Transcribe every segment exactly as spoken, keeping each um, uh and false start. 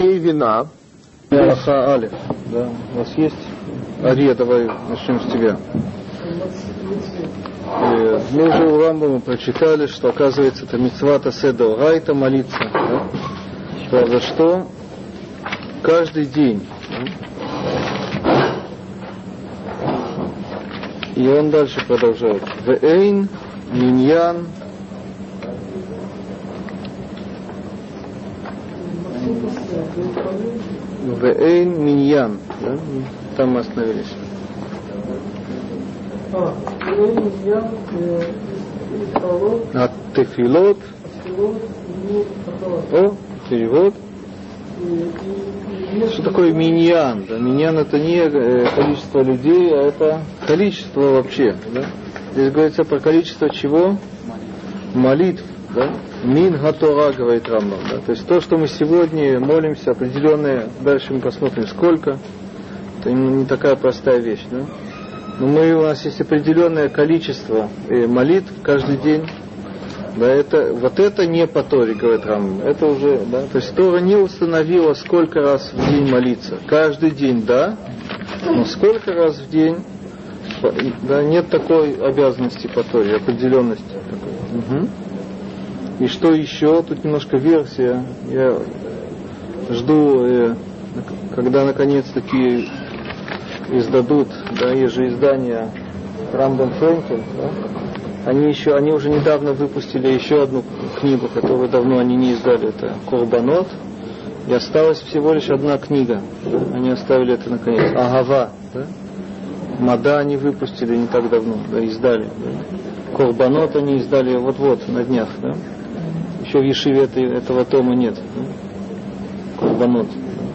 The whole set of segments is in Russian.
И вина. Алаха Алиф, да, у нас есть? Ария, давай начнем с тебя. И мы уже у Рамбама прочитали, что оказывается это мицват асе деорайта, молиться, да? За что? Каждый день. Да? И он дальше продолжает. Вэйн, миньян, Вэйн, миньян. Да? Там мы остановились. А тефилот. О, перевод. Что такое миньян? Да? Миньян это не количество людей, а это количество вообще. Да? Здесь говорится про количество чего? Молитв. Да? Мин гатора, говорит Рамбам. Да? То есть то, что мы сегодня молимся, определенное, дальше мы посмотрим сколько. Это не такая простая вещь. Да? Но мы, у нас есть определенное количество молитв каждый день. Да, это, вот это не по Торе, говорит Рамбам. Это уже, да, то есть Тора не установила, сколько раз в день молиться. Каждый день, да, но сколько раз в день, да, нет такой обязанности по Торе, определенности такой. Угу. И что еще? Тут немножко версия. Я жду, э, когда наконец-таки издадут, да, ежеиздание Рамбам Френкель, да. Они еще, они уже недавно выпустили еще одну книгу, которую давно они не издали, это Корбанот. И осталась всего лишь одна книга. Да? Они оставили это наконец. Агава. Да? Мада они выпустили не так давно, да, издали. Да? Корбанот они издали вот-вот, на днях. Да? Еще в Ешиве этой, этого тома нет. Да? Корбанот.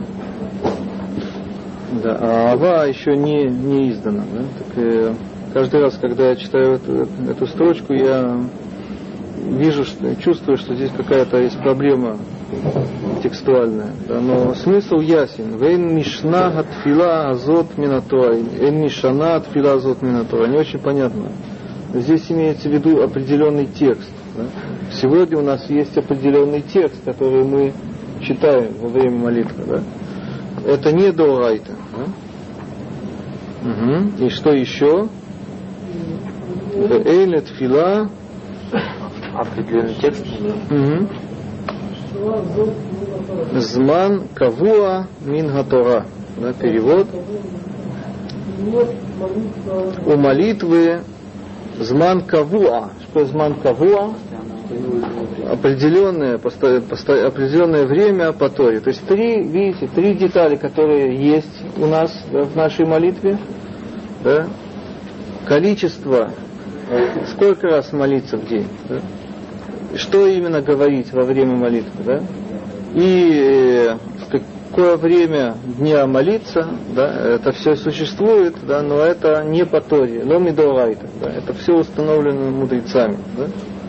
Да, а Ава еще не, не издана. Да? Так, э, каждый раз, когда я читаю эту, эту строчку, я вижу, что, чувствую, что здесь какая-то есть проблема текстуальная. Да, но смысл ясен. Вейн мишна гатфила азот минатора. Эйн мишана гатфила азот минатора. Не очень понятно. Здесь имеется в виду определенный текст. Да. Сегодня у нас есть определенный текст, который мы читаем во время молитвы. Да. Это не доорайта. Да. Угу. И что еще? Эйн тфила. Определенный текст. Угу. Зман кавуа мин гатора. Да, перевод. У молитвы зман кавуа. Что зман кавуа? Определенное, посто, посто, определенное время по Торе. То есть три, видите, три детали, которые есть у нас, да, в нашей молитве. Да? Количество, сколько раз молиться в день. Да? Что именно говорить во время молитвы. Да? И э, в какое время дня молиться. Да? Это все существует, да? Но это не по Торе. Но мидорайта. Да? Это все установлено мудрецами. Да?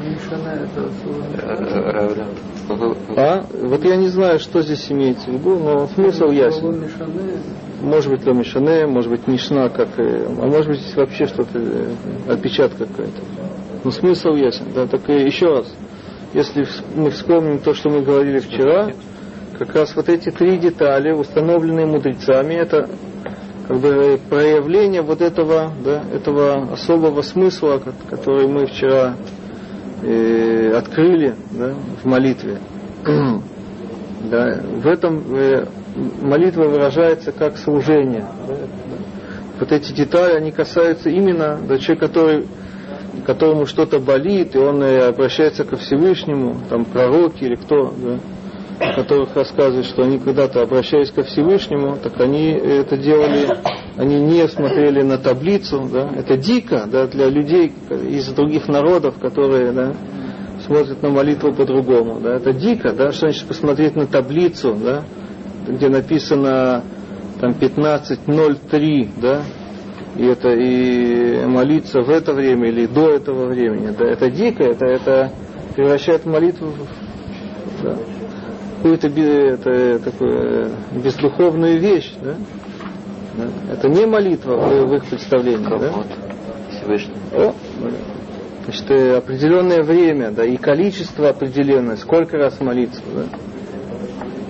А? Вот я не знаю, что здесь имеется в виду, но смысл ясен. Может быть ломишане, может быть мишна, как, а может быть здесь вообще что-то, отпечатка какая-то. Но смысл ясен. Да? Так и еще раз, если мы вспомним то, что мы говорили вчера, как раз вот эти три детали, установленные мудрецами, это как бы проявление вот этого, да, этого особого смысла, который мы вчера э, открыли, да, в молитве. Да, в этом э, молитва выражается как служение. Да. Вот эти детали, они касаются именно, да, человека, который, которому что-то болит, и он э, обращается ко Всевышнему, там пророки или кто, да, о которых рассказывают, что они когда-то, обращаясь ко Всевышнему, так они это делали, они не смотрели на таблицу, да, это дико, да, для людей из других народов, которые, да, смотрят на молитву по-другому, да, это дико, да, что значит посмотреть на таблицу, да, где написано там пятнадцать ноль три, да, и это и молиться в это время или до этого времени, да, это дико, это, это превращает молитву в, да, какую-то это, такую бездуховную вещь, да? Да? Это не молитва в, в их представлении, да? Всевышний. О, значит, определенное время, да, и количество определенное, сколько раз молиться, да?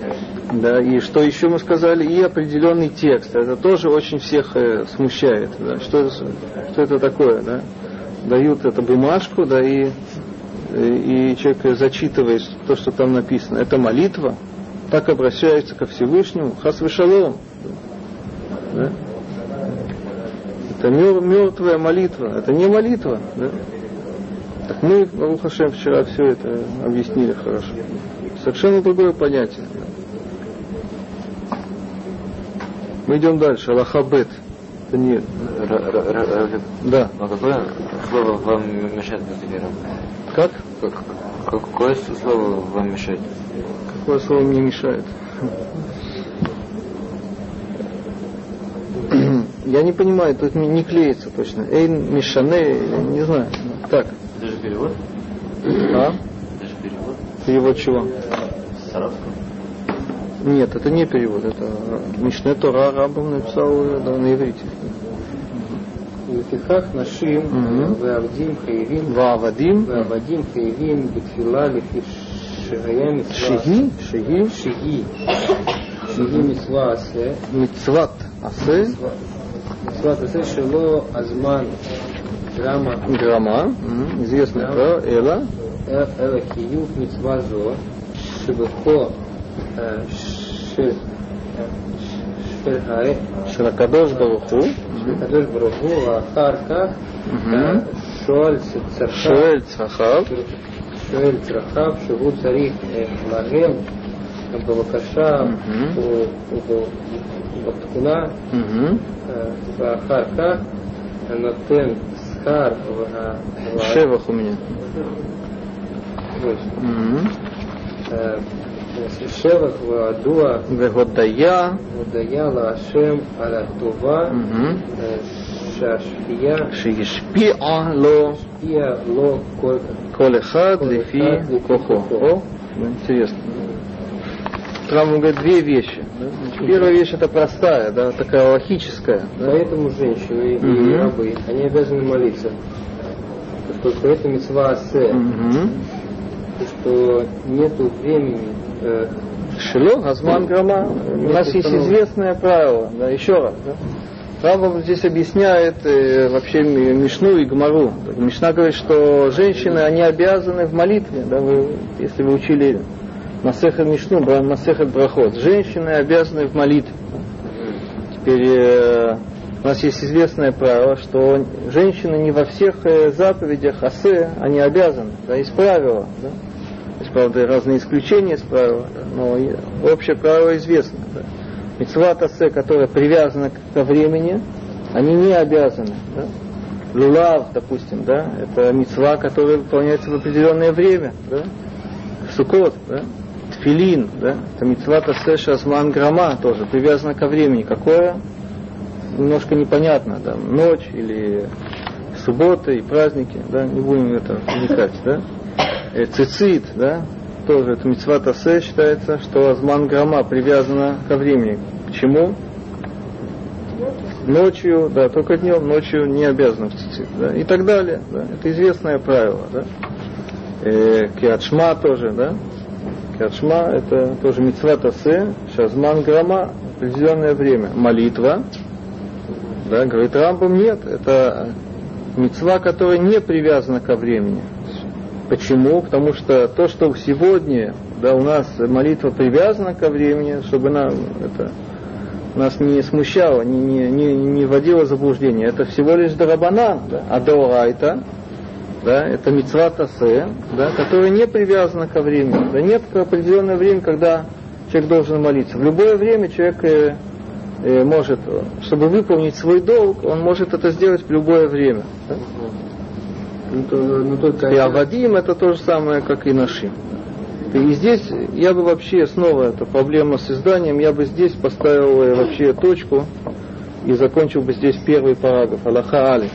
Да, и что еще мы сказали, и определенный текст. Это тоже очень всех э, смущает. Да. Что, это, что это такое? Да? Дают эту бумажку, да, и, и человек зачитывает то, что там написано. Это молитва, так обращается ко Всевышнему. Хас вешалом. Да? Это мертвая молитва, это не молитва. Да? Так мы, Барух Ашем, вчера все это объяснили хорошо. Совершенно другое понятие. Мы идем дальше. Аллахабет. Это не... Да. А какое слово вам мешает быть вером? Как? Какое слово вам мешает? Какое слово мне мешает? Я не понимаю, тут не клеится точно. Эйн, Мишане, не знаю. Так. Это же перевод? А? Это же перевод? Перевод чего? С арабского? Нет, это не перевод, это Мишне Тора Рамбам написал, да, на иврите. לפיכך נשים ועבדים חייבים ועבדים ועבדים חייבים בתפילה לפי שהיה מצווה שהיא שהיא שהיא שהיא מצווה עשה מצוות עשה מצוות עשה שלא הזמן גרמה גרמה известно про אלא אלא חיוב מצווה זו שבכו של של הקדוש ברוך הוא הקדוש ברוך הוא ואחר כך שואל צרכיו שואל צרכיו שהוא צריך להם בבקשה ובתכונה ואחר כך נותן שכר שבח у меня שבח והודוע והודיה הודיה להשם על הטובה שהשפיעה שהשפיעה לו השפיעה לו כל, כל אחד לפי כוחו. О, интересно. Там он говорит две вещи. Да? Первая вещь это простая, да, такая логическая. Да? Поэтому женщины и mm-hmm. рабы, они обязаны молиться. Поскольку это мицва асе, mm-hmm. что нету времени. Шило, Газман Грама. У нас есть известное правило. Да, еще раз. Да? Рамбам здесь объясняет э, вообще Мишну и Гмару. Мишна говорит, что женщины, они обязаны в молитве. Да, вы, если вы учили Масехет Мишну, Масехет Брахот. Женщины обязаны в молитве. Теперь э, у нас есть известное правило, что женщины не во всех э, заповедях асе, они обязаны. Да, есть правило. Да? Есть, правда, разные исключения из правила, но общее правило известно. Да. Мицват асе, которая привязана ко времени, они не обязаны. Да. Лулав, допустим, да, это мицва, которая выполняется в определенное время. Да. Сукот, да. Тфилин, да, это мицват асе шазман грама, тоже привязана ко времени. Какое? Немножко непонятно, да, ночь или суббота и праздники, да, не будем в это вникать, да. Цицит, да, тоже это мицват асе считается, что азман грама привязана ко времени. К чему? Ночью, да, только днем, ночью не обязана в цицит, да, и так далее, да, это известное правило, да. Э, Киат-Шма тоже, да, Киат-Шма это тоже мицват асе, шазман грама, определенное время. Молитва, да, говорит Рамбам, нет, это мицва, которая не привязана ко времени. Почему? Потому что то, что сегодня, да, у нас молитва привязана ко времени, чтобы нам это нас не смущало, не, не, не, не вводило в заблуждение. Это всего лишь дарабанан, да, а даорайта, да, это мицват асе, да, которая не привязана ко времени. Да, нет определенного времени, когда человек должен молиться. В любое время человек э, э, может, чтобы выполнить свой долг, он может это сделать в любое время. Да? И авадим это то же самое, как и нашим. И здесь я бы вообще, снова эта проблема с изданием, я бы здесь поставил вообще точку и закончил бы здесь первый параграф, Аллаха Али.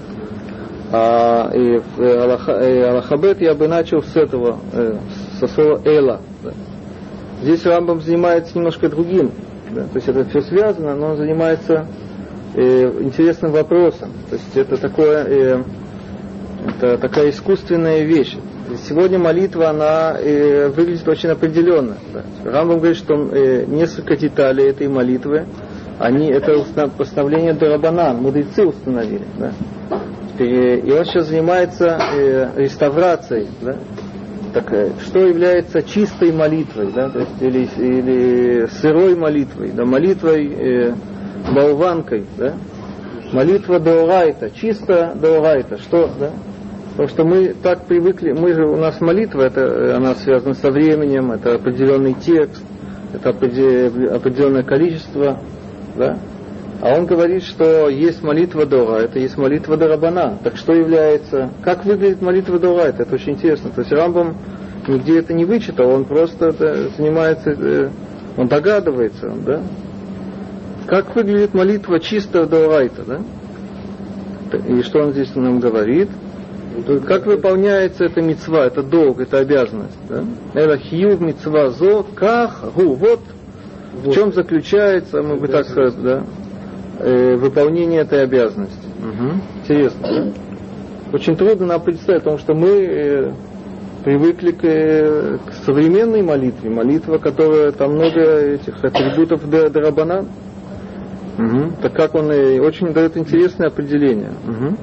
А и Аллахабет я бы начал с этого, со слова Эла. Здесь Рамбам занимается немножко другим. Да? То есть это все связано, но он занимается э, интересным вопросом. То есть это такое... Э, Это такая искусственная вещь. сегодня молитва, она э, выглядит очень определенно. Да. Рамбам говорит, что э, несколько деталей этой молитвы, они, это постановление Дарабанан, мудрецы установили. Да. И, и он сейчас занимается э, реставрацией. Да. Так, э, что является чистой молитвой, да, то есть, или, или сырой молитвой, да, молитвой э, болванкой, да. Молитва Деорайта, чисто Деорайта, что, да? Потому что мы так привыкли, мы же, у нас молитва, это, она связана со временем, это определенный текст, это определенное количество, да? А он говорит, что есть молитва Деорайта, есть молитва Дарабана. Так что является, как выглядит молитва Деорайта? Это очень интересно. То есть Рамбам нигде это не вычитал, он просто это, занимается, он догадывается, да? Как выглядит молитва чисто Деорайта, да? И что он здесь нам говорит? Как выполняется эта мицва, это долг, это обязанность, да? Это хиюв мицва зо, ках, гу. Вот в чем заключается, мы бы так сказать, да, э, выполнение этой обязанности. Угу. Интересно, да? Очень трудно нам представить, потому что мы э, привыкли к, э, к современной молитве, молитва, которая там много этих атрибутов Дарабанан. Угу. Так как он и очень дает интересное определение. Угу.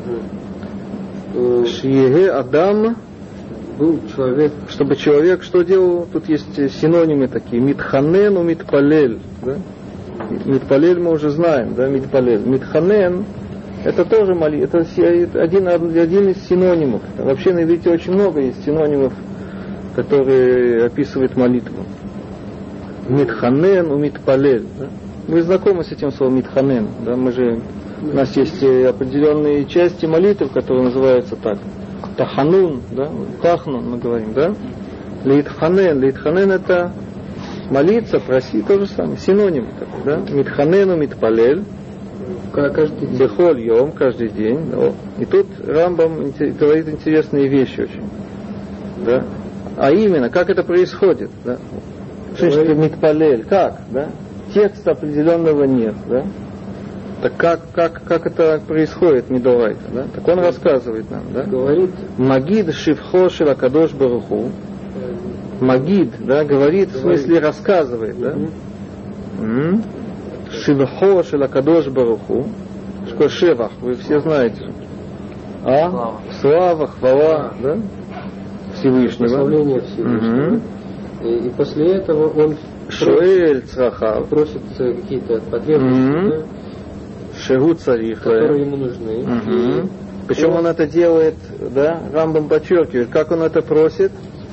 Шиеге Адам был человек, чтобы человек что делал? Тут есть синонимы такие. Митханен у митпалель. Да? Митпалель мы уже знаем, да, митпалель. Митханен это тоже молитва, это один, один из синонимов. Вообще на иврите очень много есть синонимов, которые описывают молитву. Митханен у митпалель. Да? Вы знакомы с этим словом митханен, да? Мы же, у нас есть определенные части молитв, которые называются так. Таханун, да? Тахнун мы говорим, да? Лейтханен. Лейтханен это молиться, просить, то же самое, синоним такой, да? Митханену митпалель. Каждый день. Бехоль йом, каждый день. Да? И тут Рамбам говорит интересные вещи очень. Да? А именно, как это происходит, да? Что значит митпалель? Как, да? Текста определенного нет, да? Так как, как, как это происходит, Мидорайта, да? Так он рассказывает нам, да? Говорит Магид шивхо шела кадош баруху. Магид, да, говорит, в смысле рассказывает, да? Mm-hmm. Шивхо шела кадош баруху. Что такое шевах? Вы все знаете. А? Слава, Слава хвала, да? Всевышнего. Прославление Всевышнего. Mm-hmm. И, и после этого он Шуэль црахав. Просит какие-то потребности, mm-hmm. да, Шегу царих, которые ему нужны. Mm-hmm. Причем он... он это делает, да, Рамбам подчеркивает, как он это просит?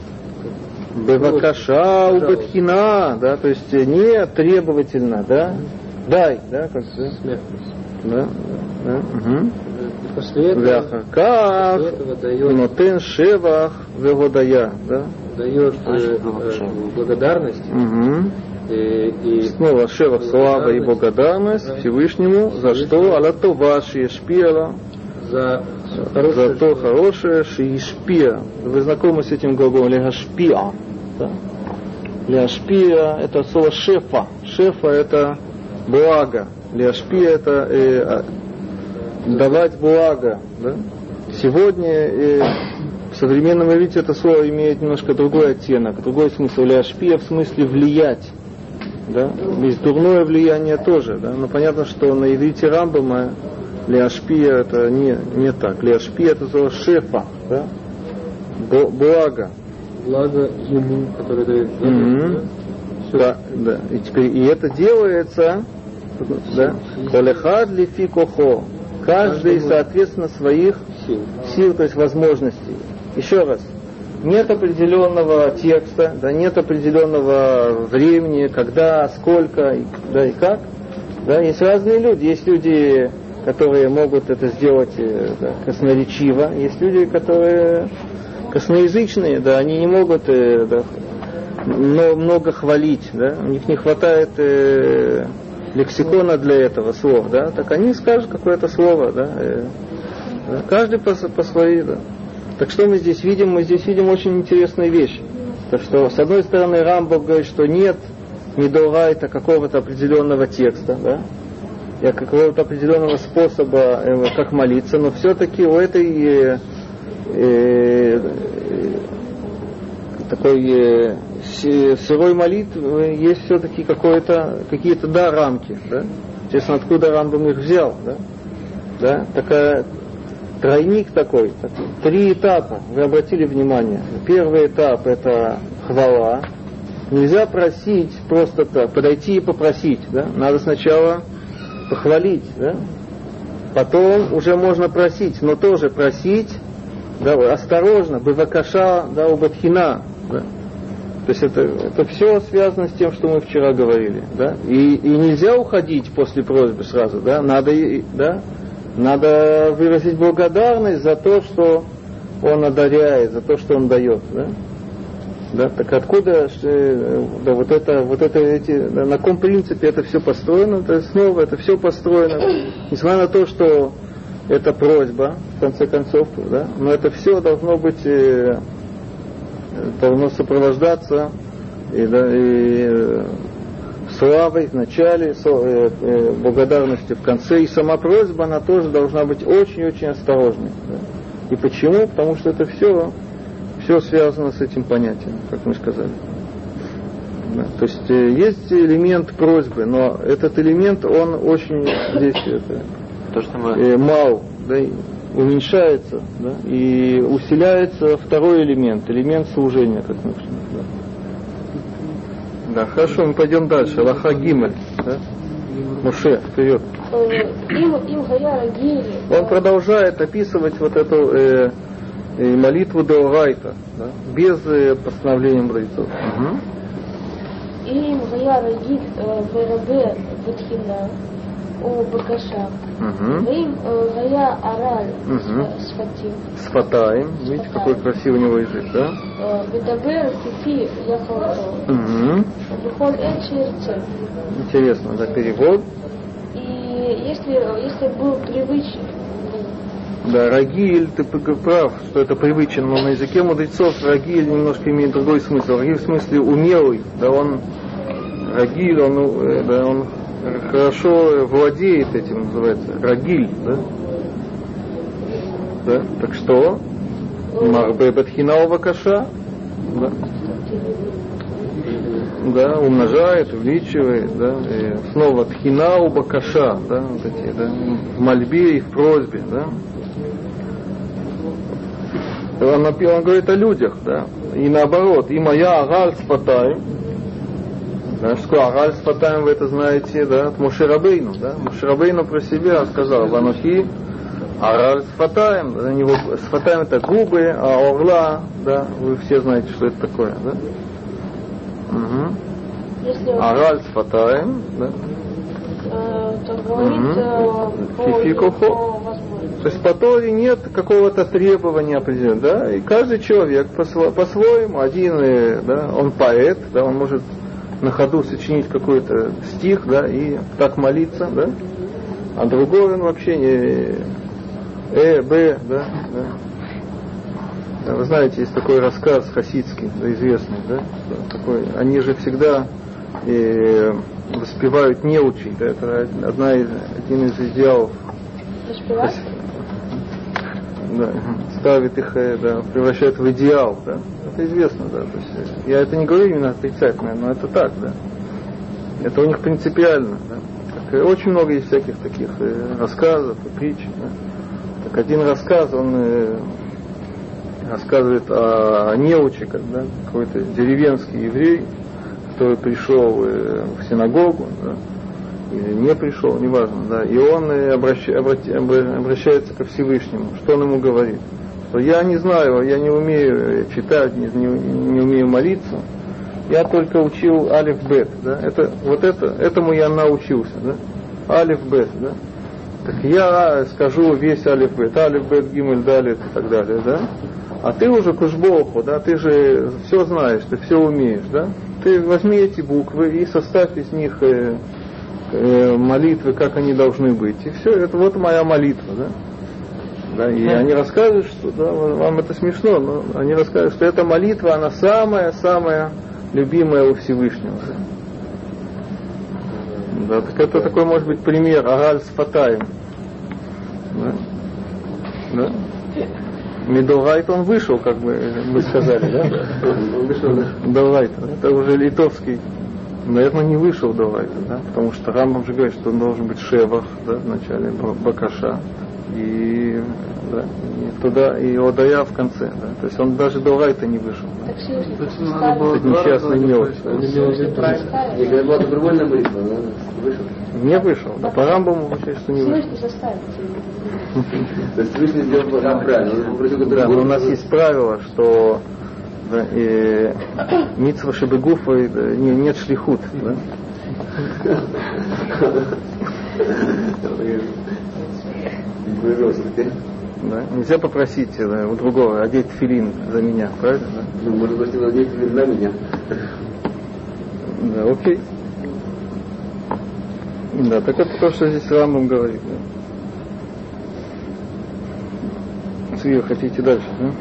Бевакаша убатхина, да, то есть не требовательно, да, mm-hmm. дай, да, как бы. Да, да, угу. После этого, после этого дает нотен шевах вегодая, да, дает э, э, благодарность. Угу. И, и снова шевах слава и благодарность да. Всевышнему, за что алато ваши шпиала, за, за то хорошее шиишпия. Вы знакомы с этим глаголом легашпия? Да? Легашпия это слово шефа. Шефа это благо. Леашпия это э, давать благо. Да? Сегодня э, в современном иврите это слово имеет немножко другой оттенок, другой смысл. Леашпия в смысле влиять. Да? Есть дурное влияние тоже. Да? Но понятно, что на иврите Рамбама леашпия это не, не так. Леашпия это слово шефа. Да? Благо. Благо ему, который дает. Mm-hmm. Да, да. И теперь и это делается. Да? Колехад лифи кохо. Каждый, соответственно, своих сил. сил, то есть возможностей. Еще раз. Нет определенного текста, да, нет определенного времени, когда, сколько, и, да, и как. Да, есть разные люди. Есть люди, которые могут это сделать да, красноречиво. Есть люди, которые косноязычные, да, они не могут да, но много хвалить, да, у них не хватает э, лексикона для этого слов, да, так они скажут какое-то слово, да, э, да каждый по, по своей, да. Так что мы здесь видим? Мы здесь видим очень интересные вещи. Так что, с одной стороны, Рамбам говорит, что нет мидорайта какого-то определенного текста, да, и какого-то определенного способа, э, как молиться, но все-таки у этой, э, э, такой э, сырой молитвы есть все-таки какое-то, какие-то, да, рамки, да? Честно, откуда Рамбам их взял, да? Да? Такая, тройник такой, такой, три этапа, вы обратили внимание. Первый этап — это хвала. Нельзя просить просто так, подойти и попросить, да? Надо сначала похвалить, да? Потом уже можно просить, но тоже просить, да, осторожно, бывакаша, да, убатхина, да? То есть это, это все связано с тем, что мы вчера говорили, да? И, и нельзя уходить после просьбы сразу, да? Надо, да? Надо выразить благодарность за то, что он одаряет, за то, что он дает, да? Да, так откуда, да, вот это, вот это, эти, да, на каком принципе это все построено? Это снова, это все построено, несмотря на то, что это просьба, в конце концов, да, но это все должно быть, э, должно сопровождаться и, да, и э, славой в начале, со, э, э, благодарностью в конце, и сама просьба, она тоже должна быть очень-очень осторожной. Да. И почему? Потому что это все Все связано с этим понятием, как мы сказали. Да. То есть э, есть элемент просьбы, но этот элемент, он очень здесь это, То, что мы... э, мал, да, уменьшается, да, и усиляется второй элемент, элемент служения, как мы сказали. Да. Да, хорошо, мы пойдем дальше. Лаха Гимель, да? Муше, вперед. Он продолжает описывать вот эту э, и молитву Деорайта, да, без э, постановления мудрецов. Им гая рагит верабе бутхина у бакаша. Им гая араль сфатим. Сфатаем. Видите, какой красивый у него язык, да? Бедабер фифи яхото. Бухоль эчерце. Интересно, да, перевод. И если, если был привычен. Да, рагиль, ты прав, что это привычен, но на языке мудрецов рагиль немножко имеет другой смысл. Рагиль в смысле умелый, да, он рагиль, он, да, он хорошо владеет этим, называется, рагиль, да? Да, так что? Марбе Батхина Увакаша, да? Да, умножает, увеличивает, да, и снова Тхина Убакаша, да, вот эти, да, в мольбе и в просьбе, да. Он, он говорит о людях, да, и наоборот, и моя агаль сфатаем, да, что агаль сфатаем, вы это знаете, да, от Моше Рабейну, да, Моше Рабейну про себя сказал, ванухи агаль сфатаем, да, него сфатаем это губы, а орла, да, вы все знаете, что это такое, да. Угу. Агаль сфатаем, да. Э, то говорит э, по, по То есть по Торе нет какого-то требования определенного, да, и каждый человек по-своему, один, да, он поэт, да, он может на ходу сочинить какой-то стих, да, и так молиться, да, а другой он вообще не э, б, да, да. Вы знаете, есть такой рассказ хасидский, да, известный, да, такой, они же всегда и воспевают неучей, да, это одна из, один из идеалов. Воспевать? Да, ставит их, да, превращает в идеал, да. Это известно, да. То есть, я это не говорю именно отрицательно, но это так, да. Это у них принципиально, да. Так, очень много есть всяких таких э, рассказов и притч, да. Так один рассказ, он э, рассказывает о, о неуче, когда какой-то деревенский еврей, который пришел э, в синагогу, да, или не пришел, неважно, да, и он обращ, обрати, обращается ко Всевышнему. Что он ему говорит? Что я не знаю, я не умею читать, не, не, не умею молиться, я только учил алиф-бет, да, это, вот это, этому я научился, да, алиф-бет, да, так я скажу весь алиф-бет, алиф-бет, гимель, далит и так далее, да, а ты уже кушбоху, да, ты же все знаешь, ты все умеешь, да, ты возьми эти буквы и составь из них э, молитвы, как они должны быть. И все, это вот моя молитва, да? Да, и они рассказывают, что, да, вам это смешно, но они рассказывают, что эта молитва, она самая-самая любимая у Всевышнего. Да? Да, так это такой, может быть, пример, агаль сфатаем. Да? Да? Мидорайта он вышел, как бы мы сказали, да? Он вышел, да? Дорайта. Это уже литовский. Наверное, не вышел Дорайта, да? Потому что Рамбам же говорит, что он должен быть шевах, да, в начале Бакаша. И, да, и туда, и Одая в конце, да. То есть он даже Дорайта не вышел. Так что если это несчастный мелочь. И когда была добровольная молитва, да, вышел? Не вышел. Да, по Рамбаму получается, что не вышел. То есть Всевышний сделал правильно. Да, но у нас есть правило, что да, и мицва шебегуфа не, нет шлихут. Да? Да? Нельзя попросить да, у другого одеть филин за меня, правильно? Да? Ну, можно просить одеть филин на меня. Да, окей. Да, так это то, что здесь Рамбам говорит. Да? Свия, хотите дальше, да?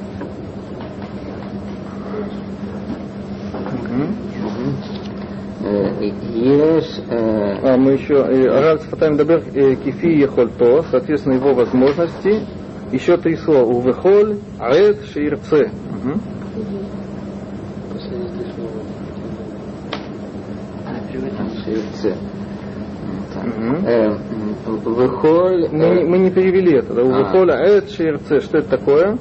Есть... А, мы еще... Араль Сфатаим Дабер Кифи Ехольто, соответственно, его возможности. Еще три слова. Увехоль, Аэт, Шиирце. Шиирце. Увехоль... Мы, мы не перевели это. Да? Увехоль, Аэт, Шиирце. Что это такое?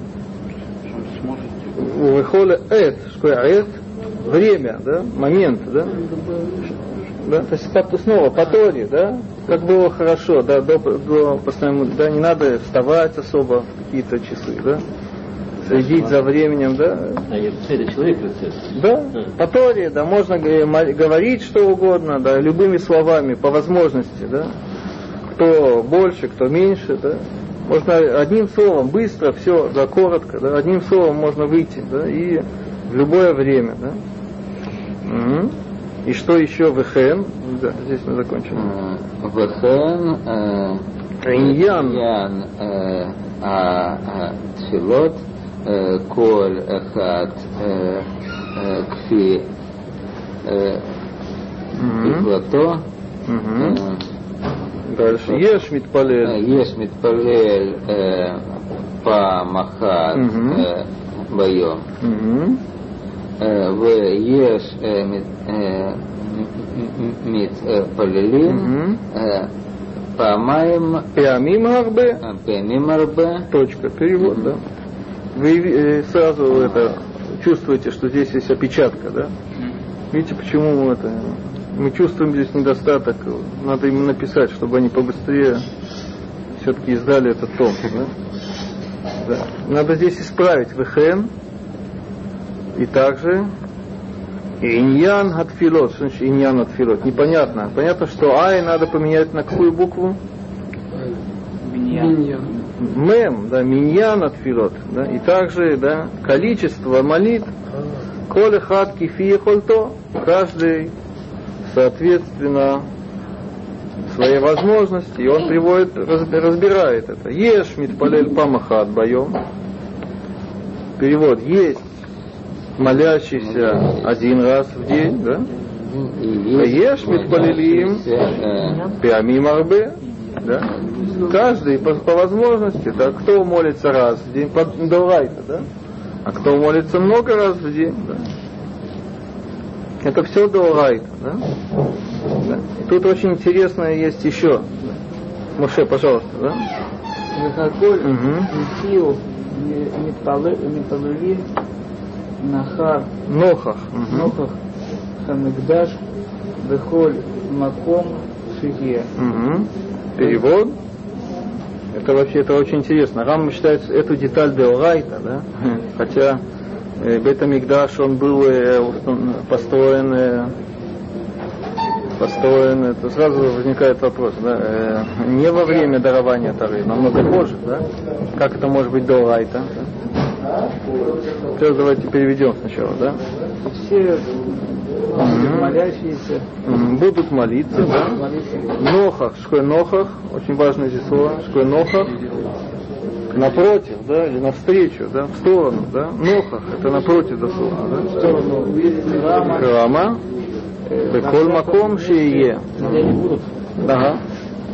Увехоль, Аэт. Что такое Аэт? Время, да, момент, да, да, то есть снова по Торе, да, как было хорошо, да, до, до постоянно, да, не надо вставать особо в какие-то часы, да, следить за временем, да. А это человек процесс. Да, по Торе, да, можно говорить что угодно, да, любыми словами, по возможности, да, кто больше, кто меньше, да. Можно одним словом быстро, все, да, коротко, да, одним словом можно выйти, да, и в любое время, да. Угу. И что еще вехен? Да, здесь мы закончим. Вехен Иньян Тфилот Коль Эхат Кфи Иклато. Дальше. Еш митпалель. Еш митпалель Памахат Байом. ויש מתפללים פעמיים פעמים הרבה פעמים הרבה. Точка, перевод, да. Вы сразу это чувствуете, что здесь есть опечатка, да? Видите, почему мы это мы чувствуем здесь недостаток. Надо им написать, чтобы они побыстрее все-таки издали этот том, да? Да. Надо здесь исправить вехен. И также иньян атфилот. Что значит иньян атфилот? Непонятно. Понятно, что ай надо поменять на какую букву? Миньян. Мем, да, миньян атфилот. Да, и также, да, количество молитв. Коле хат кифи хольто. Каждый, соответственно, своей возможности. И он приводит, разбирает это. Еш митпалель памахат байом. Перевод. Есть молящийся один раз в день, да? Еш митпалелим пиамим арбе, да? Каждый по, по возможности, да? Кто молится раз в день, по дорайта, да? А кто молится много раз в день, да? Это все дорайта, да? Да? И тут очень интересное есть еще. Моше, пожалуйста, да? Нахар, Нохах, Нохах, Хамикдаш, Бехоль, Маком, Шиге. Перевод. Это вообще это очень интересно. Рам считает эту деталь деорайта, да? Хотя э, Бет-Амикдаш он был э, построен, э, построен. Это сразу возникает вопрос, да? Э, не во время дарования Торы, намного позже, да? Как это может быть деорайта? Да? Сейчас давайте переведем сначала, да? Все mm-hmm. молящиеся mm-hmm. будут молиться, да? Нохах, шкой нохах, очень важное здесь слово, шкой нохах, напротив, да, или навстречу, да, в сторону, да? Нохах, это напротив дословно, да? В сторону храма, беколь маком шие. Где они будут? Ага.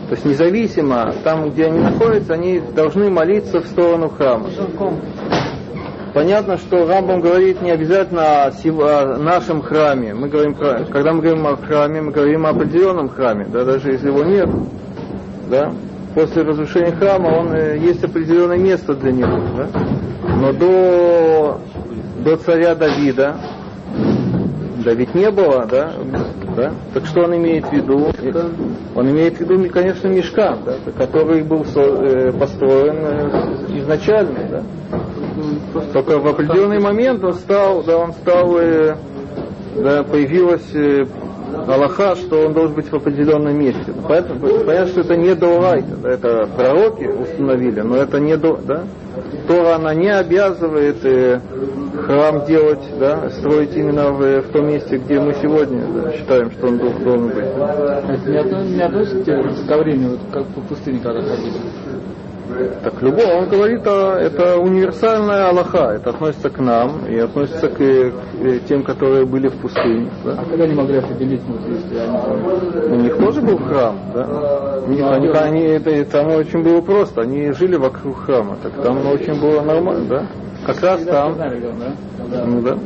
То есть независимо, там, где они находятся, они должны молиться в сторону храма. Понятно, что Рамбам говорит не обязательно о, сив... о нашем храме. Мы говорим, когда мы говорим о храме, мы говорим о определенном храме, да, даже если его нет. Да? После разрушения храма он, есть определенное место для него. Да? Но до, до царя Давида, да ведь не было, да? Да? Так что он имеет в виду? Он имеет в виду, конечно, мишкан, да, который был построен изначально, да? Только в определенный момент он стал, да, он стал, да, появилась алаха, что он должен быть в определенном месте. Поэтому понятно, что это не доурайта, да, это пророки установили, но это не до, да. Тора, она не обязывает э, храм делать, да, строить именно в, в том месте, где мы сегодня, да, считаем, что он должен быть. Это не, относ, не относится ко времени, вот как по пустыне когда ходили? Так любого, он говорит, а, это универсальная алаха, это относится к нам и относится к, к тем, которые были в пустыне. Да? А когда они могли определить, вот, если они... У них тоже был храм, да? У них, они, они, это, там очень было просто, они жили вокруг храма, так там очень было нормально, да? Как раз там. Знали, да? Ну да.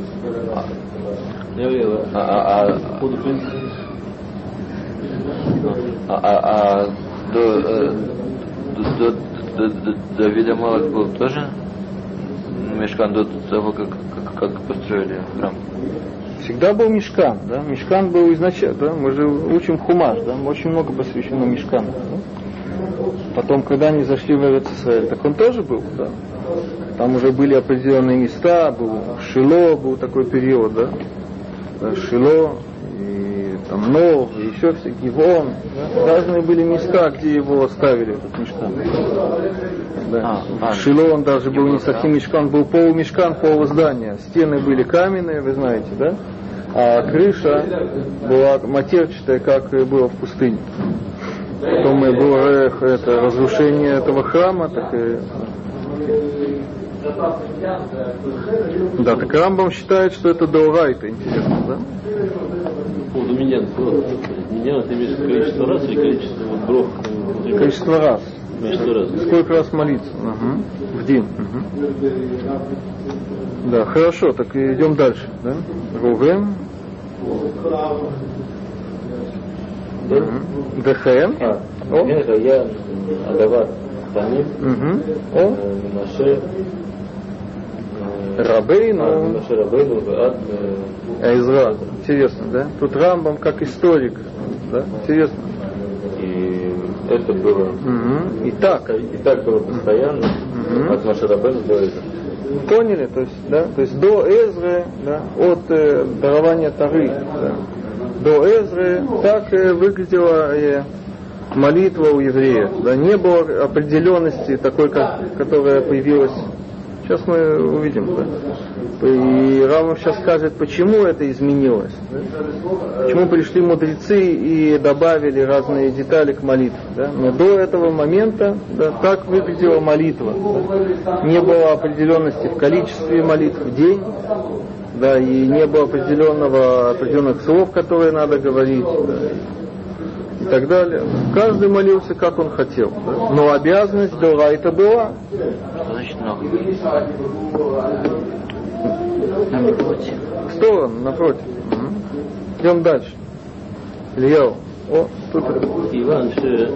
А, а, а, а, а, а до, до, до, до Давида Малых был тоже мишкан до того, как, как, как построили храм? Всегда был мишкан, да? Мишкан был изначально, да? Мы же учим хумаш, да? Очень много посвящено мишкану. Да? Потом, когда они зашли в Эрец-Исраэль, так он тоже был, да? Там уже были определенные места, был Шило, был такой период, да? Да, Шило, и там Нов, и еще все, Гивон, да? Разные были места, где его оставили, этот мишкан. Да. А, Шило он даже был не совсем мишкан, был полумишкан, полуздание. Стены были каменные, вы знаете, да? А крыша была матерчатая, как и было в пустыне. Потом и было это, разрушение этого храма, так и... Да, так Рамбам считает, что это даурайта, интересно, да? По поводу миньян, миньян ты имеешь количество раз или количество брох? Количество раз. Количество раз. Сколько раз молиться? Угу. В день. Угу. Да, хорошо, так идем дальше, да? Рувен. Дехен. Это я Адавар Таним. О. Маше. Рабейну. Маше Рабейну. Эзра. Интересно, да? Тут Рамбам как историк, да? Интересно. И это было. Угу. И так. И так было постоянно. Угу. От Маше Рабейну до Эзры. Поняли? То есть, да? То есть до Эзры, да? От э, дарования Торы, да? До Эзры так э, выглядела э, молитва у евреев. Да? Не было определенности такой, как, которая появилась. Сейчас мы увидим. Да? И Рамбам сейчас скажет, почему это изменилось. Да? Почему пришли мудрецы и добавили разные детали к молитве. Да? Но до этого момента, да, так выглядела молитва. Да? Не было определенности в количестве молитв в день. Да, и не было определенного, определенных слов, которые надо говорить, да, и так далее. Каждый молился, как он хотел. Да. Но обязанность дорайта была. Что значит много? Напротив. В сторону, напротив. Угу. Идем дальше. Ильяу. О, тут. Иван,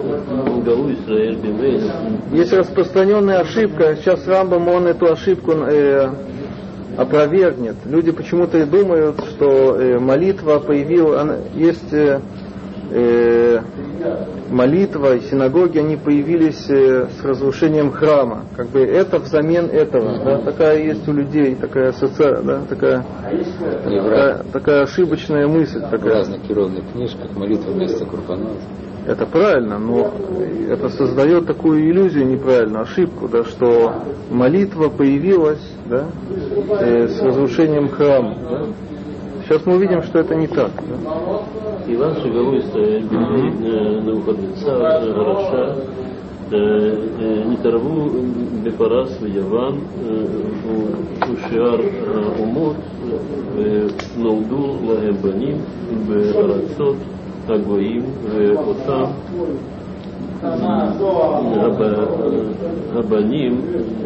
есть распространенная ошибка. Сейчас Рамбам, он эту ошибку э, опровергнет. Люди почему-то и думают, что э, молитва появилась, она, есть э, э, молитва и синагоги, они появились э, с разрушением храма. Как бы это взамен этого. Да? Такая есть у людей, такая ассоциация, да? такая, такая, такая ошибочная мысль. В разных кировных книжках молитва вместо курбанот. Это правильно, но это создает такую иллюзию неправильную, ошибку, да, что молитва появилась, да, э, с разрушением храма. Да. Сейчас мы увидим, что это не так. Да. Иван Шигалу Исраэль Навуходоносор Раша Нитарву Бепарас Яван Ушиар Умот Нолду Лагебаним Берацот הגויים ואותם הבנים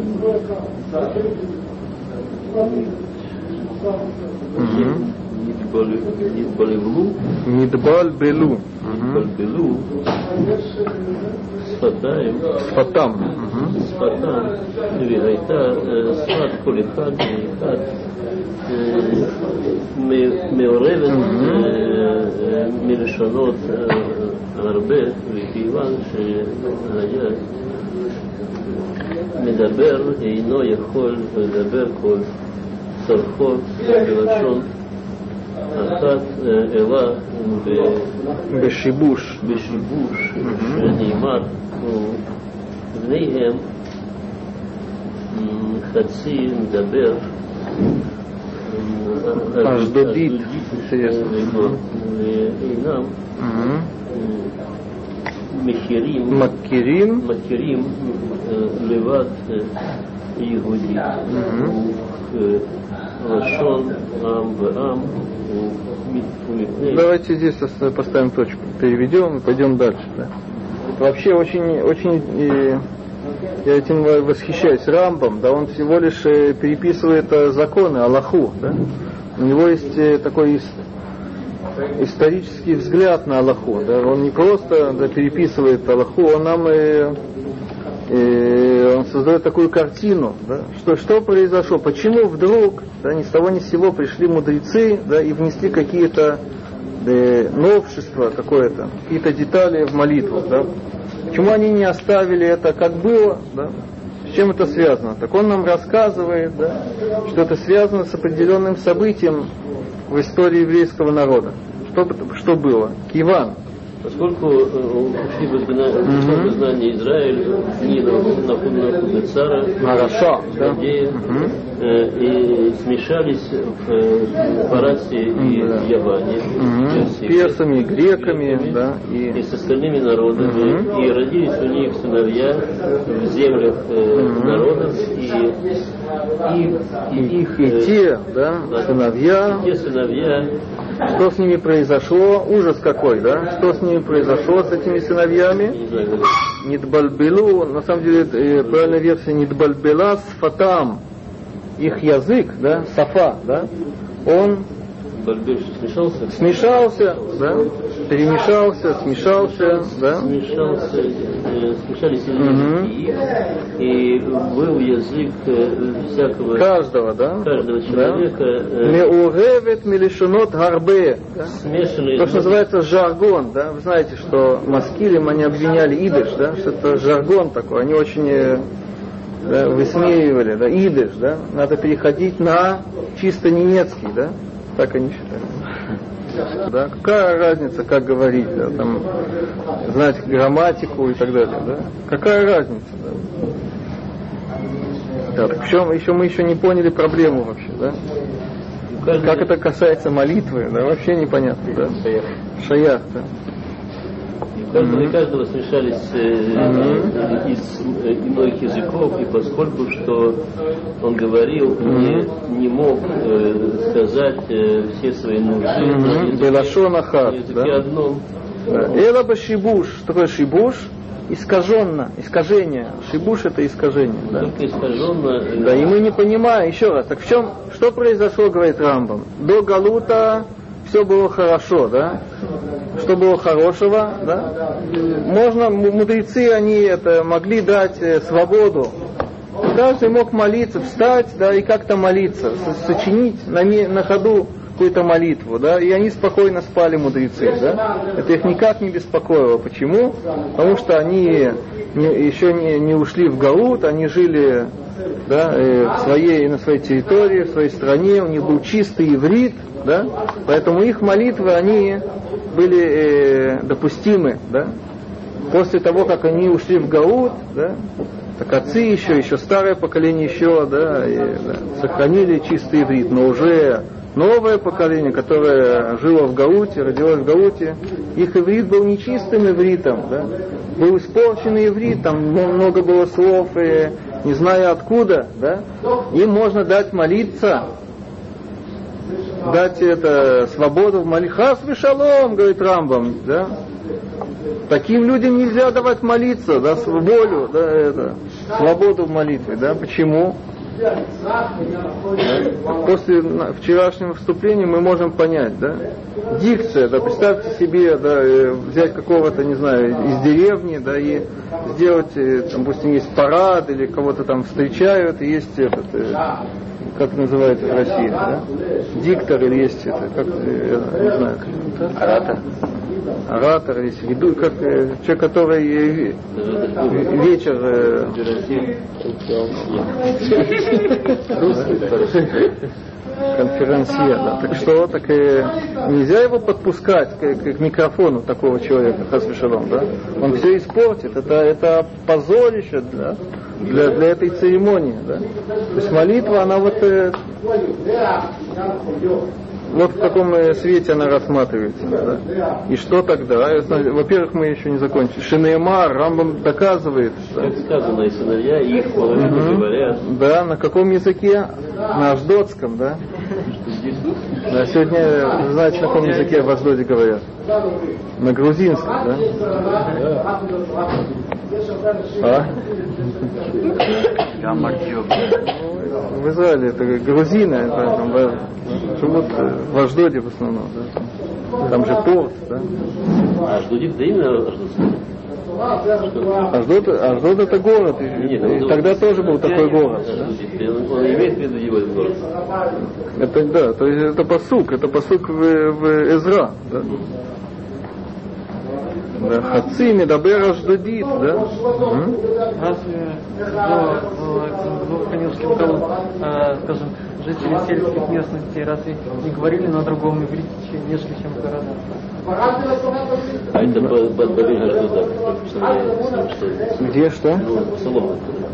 נתבלבלו נתבלבלו נתבלבלו שפתיים שפתם שפתם והייתה שפת כל אחד ואחד מעורבת מלשונות הרבה, וכיוון שהיה מדבר אינו יכול לדבר כל צורכו בלשון אחת אלא בשיבוש בשיבוש שנאמר בניהם חצי מדבר אשדודית ואינם מכירים מכירים מכירים לבד יהודי לשון עם ועם ומפני. Давайте здесь поставим точку, переведем и пойдем дальше. Да? Это вообще очень, очень э, я этим восхищаюсь. Рамбам, да, он всего лишь э, переписывает э, законы, Аллаху, да? У него есть э, такой ис, исторический взгляд на Аллаху, да? Он не просто да, переписывает Аллаху, он нам э, э, он создает такую картину, да? что, что произошло, почему вдруг да, ни с того ни с сего пришли мудрецы да, и внесли какие-то да, новшества, какое-то, какие-то детали в молитву, да? Почему они не оставили это как было, да? С чем это связано? Так он нам рассказывает, да, что это связано с определенным событием в истории еврейского народа. Что, что было? Киван. Поскольку ушли в изгнание Израиль в дни Навуходоносора, Хорошо, да? э, и смешались в Парасе и в Яване, угу. с персами, греками, греками да, и... и с остальными народами, угу. и родились у них сыновья в землях э, угу. народов, и, и, и их... И те, да, да, сыновья... И те сыновья... Что с ними произошло? Ужас какой, да? Что с ними произошло, с этими сыновьями? Нидбальбелу, на самом деле, правильная версия Нидбальбела с фатам. Их язык, да, сафа, да, он смешался, смешался, да, перемешался, смешался, да, смешался, э, смешались языки, угу. и был язык э, всякого каждого, да, каждого человека. Меуревет милишунот гарбе, смешанный, то, что называется жаргон, да, вы знаете, что маскилим они обвиняли идыш, да, что это жаргон такой, они очень да, высмеивали, да, идыш, да, надо переходить на чисто немецкий, да. Так они считают. Да? Какая разница, как говорить, да? Там, знать грамматику и так далее, да? Какая разница, да? Да, так в чем еще мы еще не поняли проблему вообще, да? Каждый... Как это касается молитвы, да, вообще непонятно, да? Шаях, да. И каждого, mm-hmm. каждого смешались э, mm-hmm. из э, иных языков, и поскольку что он говорил, mm-hmm. не, не мог э, сказать э, все свои нужды mm-hmm. на языке, языке да? одном. Эла ба шибуш, что такое шибуш? Искаженно, искажение. Шибуш это искажение. Да? Искаженно, да, и мы не понимаем, еще раз, так в чем, что произошло, говорит Рамбам? До Галута все было хорошо, да? Что было хорошего, да? Можно, мудрецы, они это могли дать свободу. Каждый мог молиться, встать, да, и как-то молиться, сочинить на, на ходу какую-то молитву, да, и они спокойно спали, мудрецы, да. Это их никак не беспокоило. Почему? Потому что они не, еще не, не ушли в Галут, они жили, да, в своей, на своей территории, в своей стране, у них был чистый иврит, да, поэтому их молитвы, они были э, допустимы, да. После того, как они ушли в Галут, да, так отцы еще, еще старое поколение еще, да, и, да, сохранили чистый иврит, но уже новое поколение, которое жило в Галуте, родилось в Галуте, их иврит был нечистым ивритом, да, был испорченный иврит, там много было слов, и не зная откуда, да, им можно дать молиться, дать это свободу в молитве. Хас вешалом, говорит Рамбам, да. Таким людям нельзя давать молиться, да, волю, да, это, свободу в молитве, да, почему? Да? После вчерашнего вступления мы можем понять, да, дикция, да, представьте себе, да, взять какого-то, не знаю, из деревни, да, и сделать, допустим, есть парад, или кого-то там встречают, и есть этот, как называется в России, да, диктор, или есть это, как, я не знаю, Оратор. Оратор, есть веду, как человек, который вечер конферансье, да. Так что, так и нельзя его подпускать к, к, к микрофону такого человека, хас-вешалом, да. Он все испортит. Это, это позорище, да, для, для этой церемонии, да. То есть молитва, она вот э, вот в таком свете она рассматривается. Да? И что тогда? Во-первых, мы еще не закончили. Шинеймар, Рамбам доказывает. Да? Как сказано, и сыновья их половину угу. говорят. Да, на каком языке? На аждотском, да? Да, сегодня, вы знаете, на каком языке в Аждоде говорят? На грузинском, да? А? В Израиле это грузины, это, там, живут в Аждоде в основном, да? Там же порт, да? А Аждодик, да именно Аждод? Аждод это город, и, Нет, и тогда тоже был такой город. Да? Он имеет в виду его город. Это да, то есть это пасук, это пасук в, в Эзра, да? Да, Хаци Медабер Аждодит, да? Разве в двухконевском колу, скажем, жители сельских местностей разве не говорили на другом иврите, нежели чем в городах? А это Бабель Аждода. Где что? Ну, Соломон.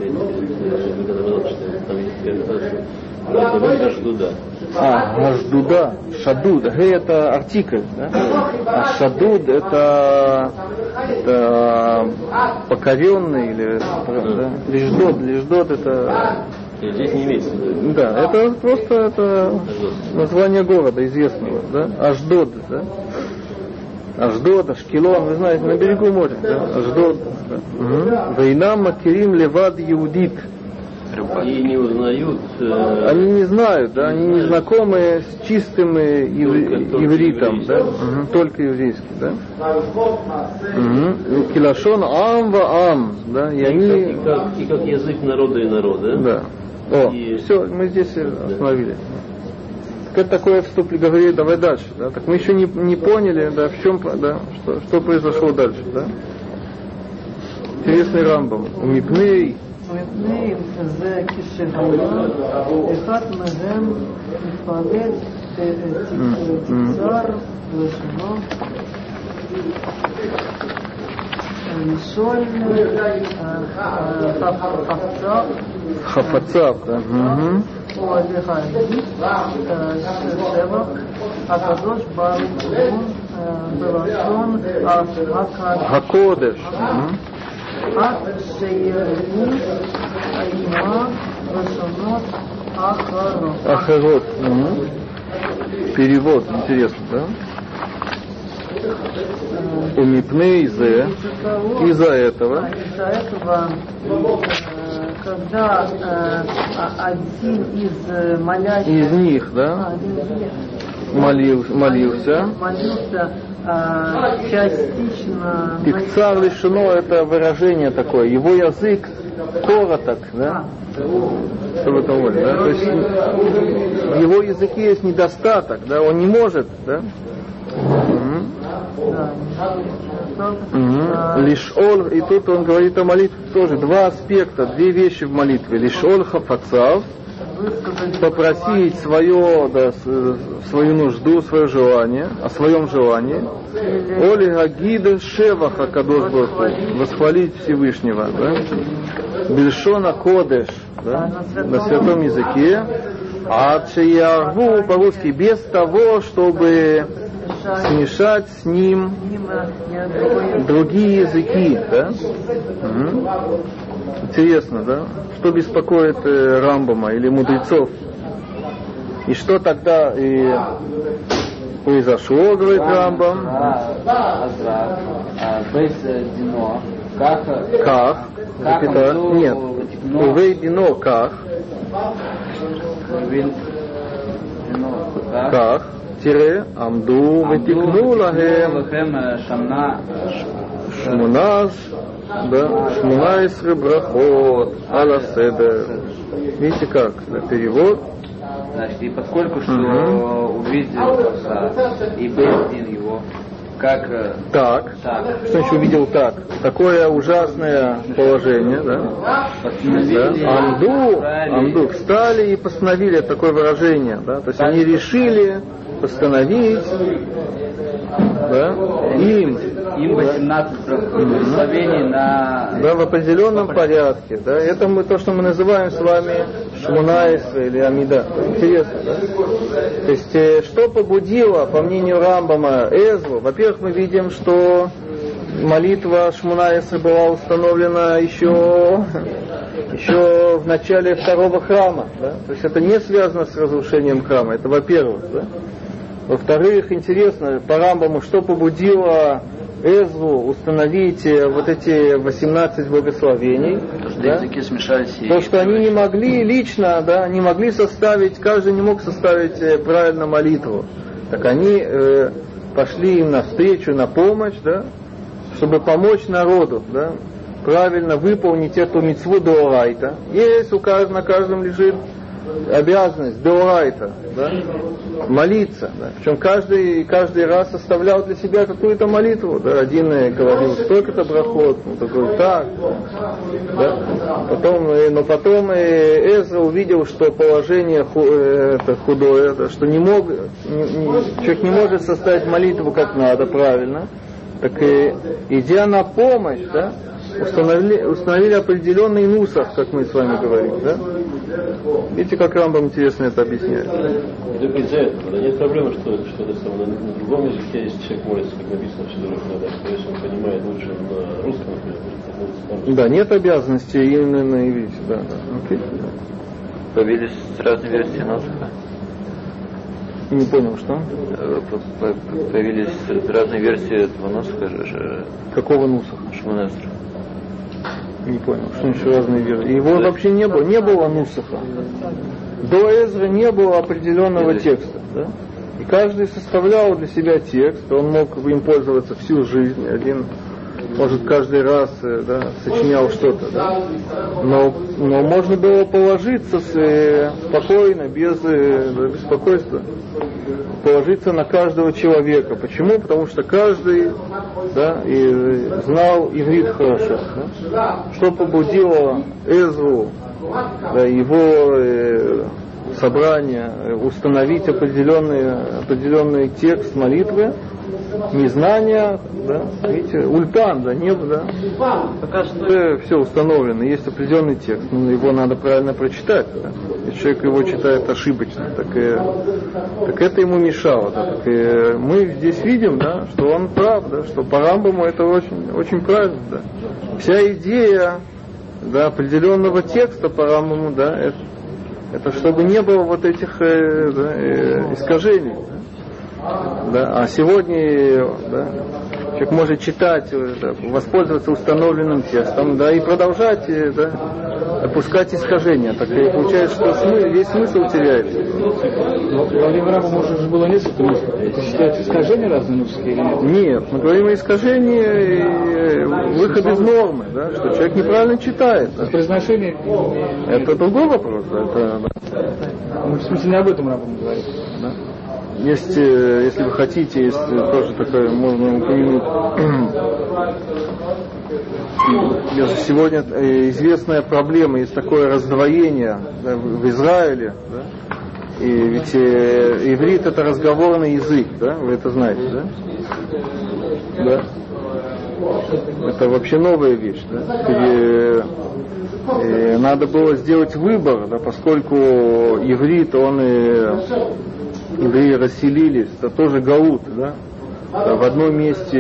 Бабель Аждода. А, Аждуда, Шадуд, Г это артикль, да? А Шадуд это, это покоренный или да? Леждот, Леждот это. Здесь не имеется. Да, это просто это название города известного, да? Аждод, да? Аждод, Ашкелон, вы знаете, на берегу моря, да? Аждод. Война Макерим Левад Иудит. И не узнают. Э... Они не знают, да, они не знакомы с чистым ив... ивритом, да, угу, только еврейский, да. Угу. Килашон ам ва ам, да, и, и они. Как, и, как, и как язык народа и народа. Да. О, и... все, мы здесь остановились. Так это такое вступление, говорили, давай дальше, да. Так мы еще не, не поняли, да, в чем, да, что, что произошло дальше, да. Интересный Рамбам. Умипней. ומפני זה כשהאדם אחד מהם מתפלל תקצר לשונו לשאול חפציו או להגיד שבח הקדוש ברוך הוא בלשון הקודש עד שירבו עימה לשונות אחרות. Ахерот. Угу. Перевод, интересно, да? Умипны из-за из-за этого. Из-за этого, когда один из молящих из них, да, молил, молился. молился частично. Пикцар лишено это выражение такое. Его язык короток, да? Чтобы это вот, да? То есть в его языке есть недостаток, да? Он не может, да? Угу. Лишь ол, и тут он говорит о молитве тоже два аспекта, две вещи в молитве. Лишь ол хафацав, попросить свое, да, свою нужду, свое желание, о своем желании. Оли гагида шеваха кадош баруху, восхвалить Всевышнего, да? Бельшона кодеш, да? На святом языке. А чаярву по-русски без того, чтобы смешать с ним другие языки, да? Угу. Интересно, да? Что беспокоит э, Рамбама или мудрецов? И что тогда и произошло, говорит Рамбам? Бейс Дино. Как? Как? Запятая. Нет. Увей Дино как? Как? Тире Амду Ветикну Лагем Шмуназ да, Шмунайсры Брахот Ала Седер. Видите как? Да, перевод. Значит, и поскольку что угу. увидел и Бейздин его, как так, так. Что еще увидел так? Такое ужасное положение, да? да? Амду, Амду встали и постановили, такое выражение, да? То есть они решили постановить, да? им, им восемнадцать благословений mm-hmm. на... Да, в определенном порядке, да? Это мы, то, что мы называем с вами Шмунайса или Амида. Интересно, да? То есть, что побудило, по мнению Рамбама, Эзру? Во-первых, мы видим, что молитва Шмунайса была установлена еще, еще в начале второго храма, да? То есть, это не связано с разрушением храма, это во-первых, да? Во-вторых, интересно, по Рамбаму, что побудило Эзру установить вот эти восемнадцать благословений. То, что да? языки смешались. То, что они не могли лично, да, не могли составить, каждый не мог составить правильно молитву. Так они э, пошли им навстречу, на помощь, да, чтобы помочь народу, да, правильно выполнить эту мицву деорайта. Есть у каждого, на каждом лежит обязанность деорайта, да, молиться, да. Причем каждый, каждый раз составлял для себя какую-то молитву, да. Один говорил столько-то брахот, ну, другой так, да. Потом, но потом Эзра увидел, что положение ху, это худое, да, что не мог, не, не, человек не может составить молитву как надо, правильно, так и идя на помощь, да, установили, установили определенный нусах, как мы с вами говорим, да. Видите, как Рамбам интересно это объясняет. Только из-за этого, да, нет проблемы, что, что это самое, на, на другом языке, если человек молится, как написано в Сидурах, да, что если он понимает лучше на русском, например, может, да, нет обязанности именно на иврите, да, да. Окей. Появились разные версии Носаха. Не понял, что? Появились разные версии этого Носаха. Какого Нусаха? Шмонесра. Не понял, что еще разные версии. Его вообще не было, не было Нусаха. До Эзры не было определенного текста, да? И каждый составлял для себя текст, он мог им пользоваться всю жизнь, один, может, каждый раз, да, сочинял что-то, да? Но, но можно было положиться с, спокойно, без да, беспокойства, положиться на каждого человека. Почему? Потому что каждый, да, и знал иврит хорошо. Да? Что побудило Эзру, да, его э, собрание установить определенный, определенный текст молитвы, незнание, да, видите, ультан, да, нет, да, это все установлено, есть определенный текст, но его надо правильно прочитать, да? Если человек его читает ошибочно, так, и, так это ему мешало, да? Так и мы здесь видим, да, что он прав, да, что по Рамбаму это очень, очень правильно, да. Вся идея, да, определенного текста по Рамбаму, да, это, это чтобы не было вот этих э, да, э, искажений. Да, а сегодня, да, человек может читать, да, воспользоваться установленным текстом, да, и продолжать, да, допускать искажения. Так и получается, что смы, весь смысл теряется. Но во время раба, может, же было несколько нусов. Это считается искажение разные нусские или нет? Нет, мы говорим о искажении и выход из нормы, да, что человек неправильно читает. Да. Произношение? Это другой вопрос. Да, это, да. Мы, в смысле, не об этом рабом говорим. Да. Есть, если вы хотите, есть тоже такое, можно упомянуть. Сегодня известная проблема, есть такое раздвоение, да, в Израиле. Да? И ведь э, иврит это разговорный язык, да? Вы это знаете, да? Да. Это вообще новая вещь, да? И, и надо было сделать выбор, да, поскольку иврит, он и евреи расселились, это тоже гаут, да? В одном месте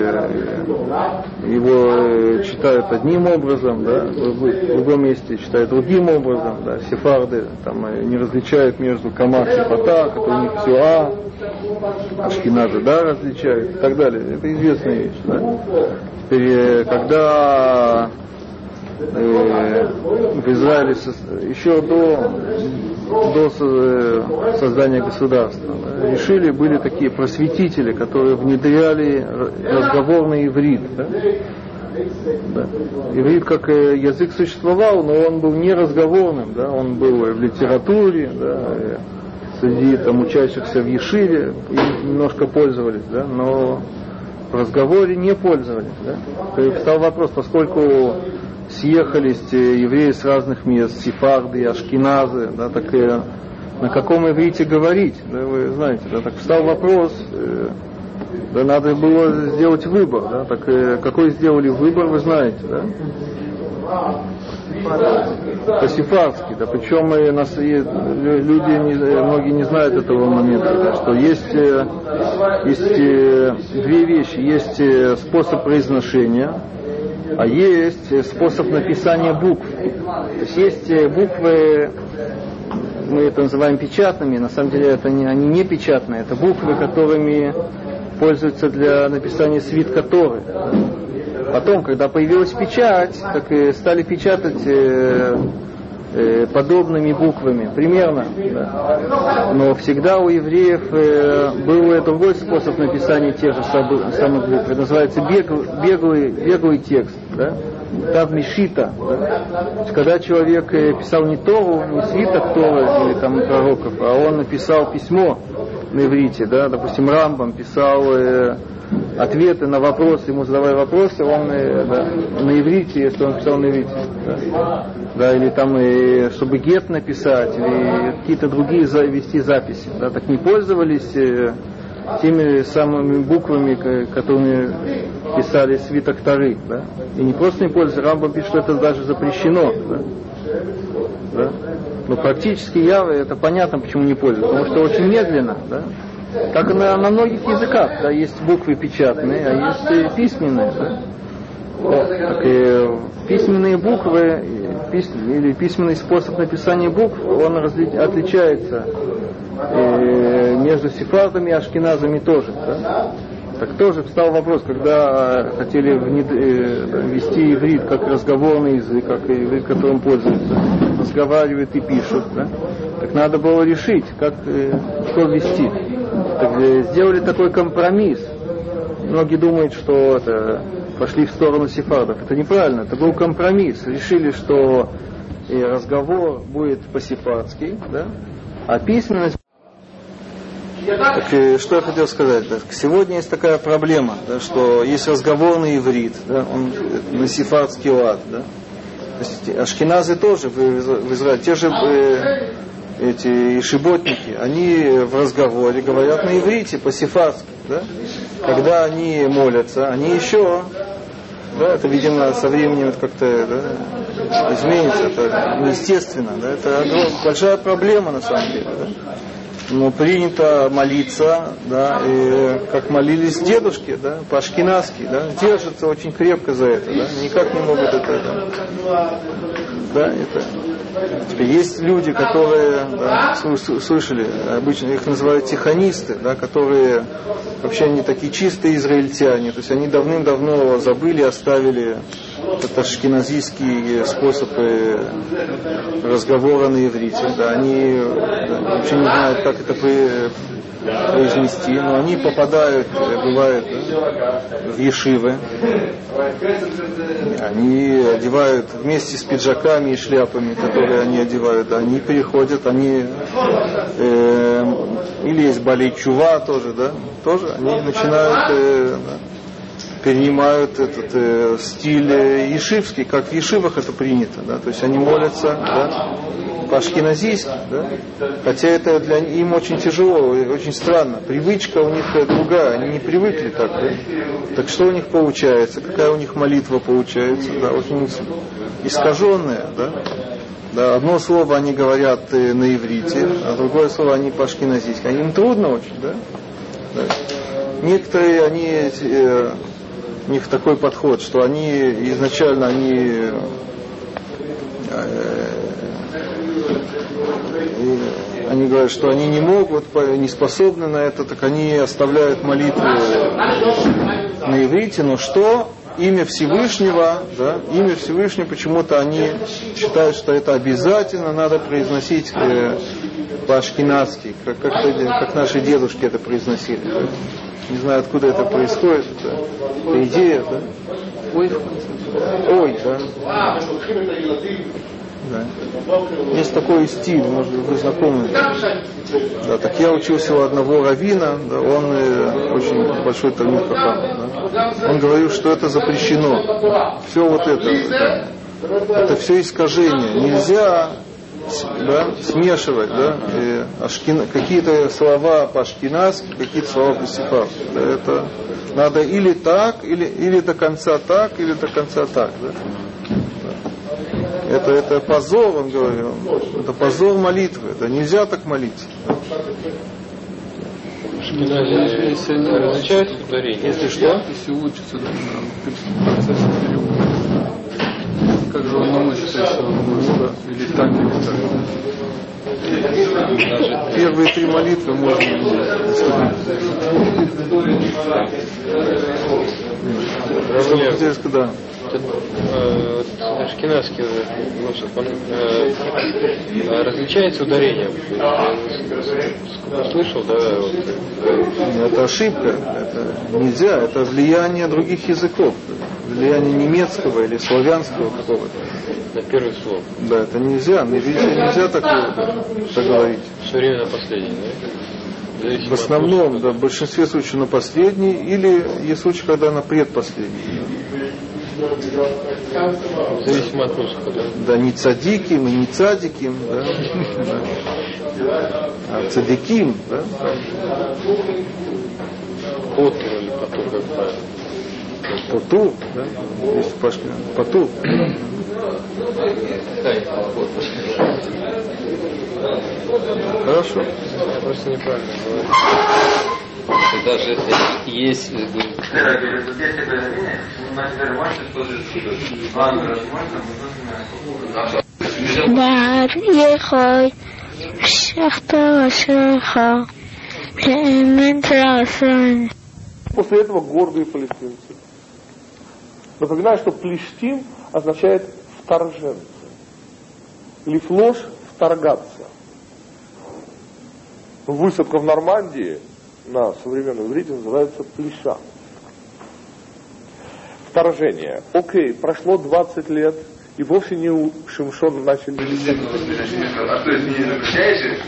его читают одним образом, да, в другом месте читают другим образом, да, сефарды там не различают между камах и фата, как у них все а, ашкеназы, да, различают и так далее. Это известная вещь, да. Теперь, когда э, в Израиле еще до до создания государства решили, были такие просветители, которые внедряли разговорный иврит. Да? Да. Иврит как язык существовал, но он был не разговорным, да? Он был в литературе, да? Среди там, учащихся в Ешиве им немножко пользовались, да? Но в разговоре не пользовались. Да? И встал вопрос, поскольку съехались евреи с разных мест, сефарды, ашкеназы, да, так и на каком иврите говорить, да, вы знаете, да, так встал вопрос, э, да, надо было сделать выбор, да, так э, какой сделали выбор, вы знаете, да? По-сефардски, да, причем и нас, и люди, не, многие не знают этого момента, да, что есть, есть две вещи, есть способ произношения, а есть способ написания букв. То есть есть буквы, мы это называем печатными, на самом деле это не, они не печатные, это буквы, которыми пользуются для написания свитка Торы. Потом, когда появилась печать, так и стали печатать э, э, подобными буквами, примерно. Да. Но всегда у евреев э, был другой способ написания тех же самых букв. Это называется беглый, беглый, беглый текст. Да? Тав Мишита. Да? То есть, когда человек писал не Тору, не свиток Торы или там пророков, а он написал письмо на иврите, да? Допустим, Рамбам писал э, ответы на вопросы, ему задавая вопросы, он э, да, на иврите, если он писал на иврите. Да? Да, или там, э, чтобы гет написать, или какие-то другие за, вести записи. Да? Так не пользовались э, теми самыми буквами, которыми писали свиток Торы. Да? И не просто не пользовались, Рамбам пишет, что это даже запрещено. Да? Да? Но практически явно это понятно, почему не пользуются, потому что очень медленно, да? Как на, на многих языках, да, есть буквы печатные, а есть и письменные. Да? Так и письменные буквы пис, или письменный способ написания букв, он разли, отличается э, между сефардами и ашкеназами тоже. Да? Так тоже встал вопрос, когда хотели внед... ввести иврит как разговорный язык, как иврит, которым пользуются, разговаривают и пишут, да? Так надо было решить, как, что ввести. Так, сделали такой компромисс. Многие думают, что это, пошли в сторону сефардов. Это неправильно, это был компромисс. Решили, что и разговор будет по-сефардски, да? А письменность... Так, что я хотел сказать, да, сегодня есть такая проблема, да, что есть разговорный иврит, да, он на сефардский лад, да. То есть ашкеназы тоже в, в Израиле, те же э, эти ишиботники, они в разговоре говорят на иврите по-сефардски, да. Когда они молятся, они еще, да, это, видимо, со временем это как-то, да, изменится, это неестественно, да, это большая проблема на самом деле, да. Но принято молиться, да, и как молились дедушки, да, по-ашкеназски, да, держатся очень крепко за это, да, никак не могут это, да, да, это. Теперь есть люди, которые, да, слышали, обычно их называют тихонисты, да, которые вообще они такие чистые израильтяне, то есть они давным-давно забыли, оставили это ашкеназийские способы разговора на иврите, да, они вообще не знают, как это произнести, но они попадают, бывает, да, в ешивы, они одевают вместе с пиджаками и шляпами, которые они одевают, они переходят, они э, или есть балей чува тоже, да, тоже они начинают э, да, перенимают этот э, стиль э, ешивский, как в ешивах это принято, да, то есть они молятся, да, по-ашкеназийски, да, хотя это для им очень тяжело, очень странно, привычка у них другая, они не привыкли так, да? Так что у них получается, какая у них молитва получается, да, очень искаженная, да, да, одно слово они говорят э, на иврите, а другое слово они по-ашкеназийски, им трудно очень, да, да. некоторые, они, э, у них такой подход, что они изначально, они э, они говорят, что они не могут, не способны на это, так они оставляют молитву на иврите, но что? Имя Всевышнего, да, имя Всевышнего, почему-то они считают, что это обязательно надо произносить э, по-ашкеназски, как, как, как наши дедушки это произносили. Да. Не знаю, откуда это происходит, это, это идея, да? Ой, ой, да. Да. Есть такой стиль, может быть, вы знакомы. Да, так я учился у одного раввина, да, он э, очень большой талмид хахам, да. Он говорил, что это запрещено. Все вот это, да, это все искажение. Нельзя, да, смешивать, да, э, ашкин, какие-то слова по-ашкеназски, какие-то слова по-сефардски. Да, это надо или так, или, или до конца так, или до конца так. Да. Это, это позор, он говорил, это позор молитвы, это нельзя так молиться. Если различают ударение, если что? Если учится, да, на процессе перевода. Как же он научится, если он будет, или так, или так. Первые три молитвы можно сказать. Да. Ашкеназский он э, различается ударением. Слышал, да? Вот. Это ошибка, это нельзя, это влияние других языков, влияние немецкого или славянского какого-то. На первое слово. Да, это нельзя, нельзя такое так говорить. Все время на последний, да? В основном, да, в большинстве случаев на последний, или есть случаи, когда на предпоследний. Зависимо от нусаха, да? Да, не цадиким и не цадиким, да, а цадиким, да. Потур или потур, как правильно? Потур, да, есть пашка, потур. Хорошо. Я просто неправильно говорю. Даже есть... בעד יכול שכתו אשריך לאמן תרסון. После этого гордые палестинцы. Напоминаю, что плештим означает вторженцы. Лифлош – вторгаться. Высадка в Нормандии на современном иврите называется плеша. Вторжение. Окей, прошло двадцать лет, и вовсе не у Шимшона начали лететь. А то есть не заключаешь?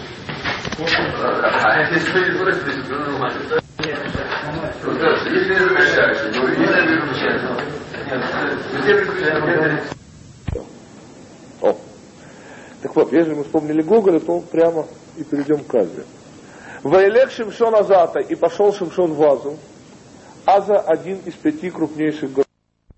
А если не бросишь, то нормально. Если не заключаешь, то если не заключаешь. О. Так вот, если мы вспомнили Гоголя, то прямо и перейдем к Азе. Ваэлех Шимшон Азата, и пошел Шимшон в Азу. Аза один из пяти крупнейших городов.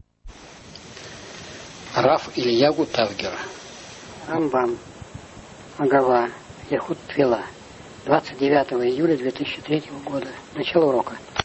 Раф Ильягу Тавгер. Рамбам. Агава. Яхут Твила. двадцать девятого июля две тысячи третьего года. Начало урока.